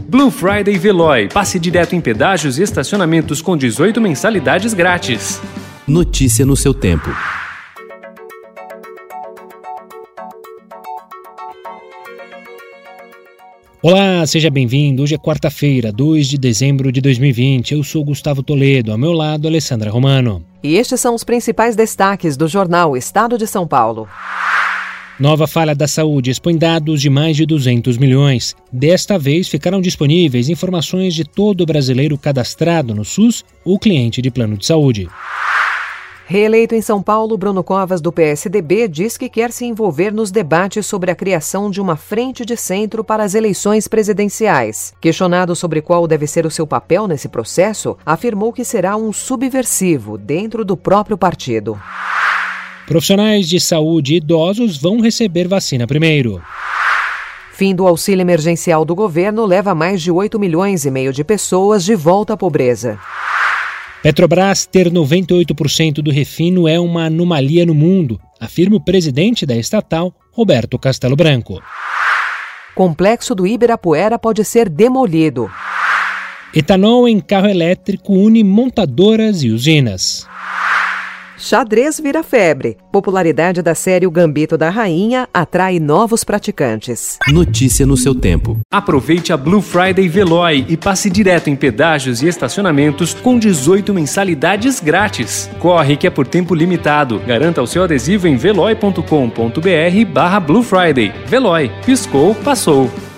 Blue Friday Veloy. Passe direto em pedágios e estacionamentos com 18 mensalidades grátis. Notícia no seu tempo. Olá, seja bem-vindo. Hoje é quarta-feira, 2 de dezembro de 2020. Eu sou Gustavo Toledo, ao meu lado, Alessandra Romano. E estes são os principais destaques do jornal Estado de São Paulo. Nova falha da saúde expõe dados de mais de 200 milhões. Desta vez ficarão disponíveis informações de todo brasileiro cadastrado no SUS ou cliente de plano de saúde. Reeleito em São Paulo, Bruno Covas, do PSDB, diz que quer se envolver nos debates sobre a criação de uma frente de centro para as eleições presidenciais. Questionado sobre qual deve ser o seu papel nesse processo, afirmou que será um subversivo dentro do próprio partido. Profissionais de saúde e idosos vão receber vacina primeiro. Fim do auxílio emergencial do governo leva mais de 8,5 milhões de pessoas de volta à pobreza. Petrobras ter 98% do refino é uma anomalia no mundo, afirma o presidente da estatal, Roberto Castelo Branco. Complexo do Ibirapuera pode ser demolido. Etanol em carro elétrico une montadoras e usinas. Xadrez vira febre. Popularidade da série O Gambito da Rainha atrai novos praticantes. Notícia no seu tempo. Aproveite a Blue Friday Veloy e passe direto em pedágios e estacionamentos com 18 mensalidades grátis. Corre que é por tempo limitado. Garanta o seu adesivo em veloy.com.br/Blue Friday. Veloy. Piscou, passou.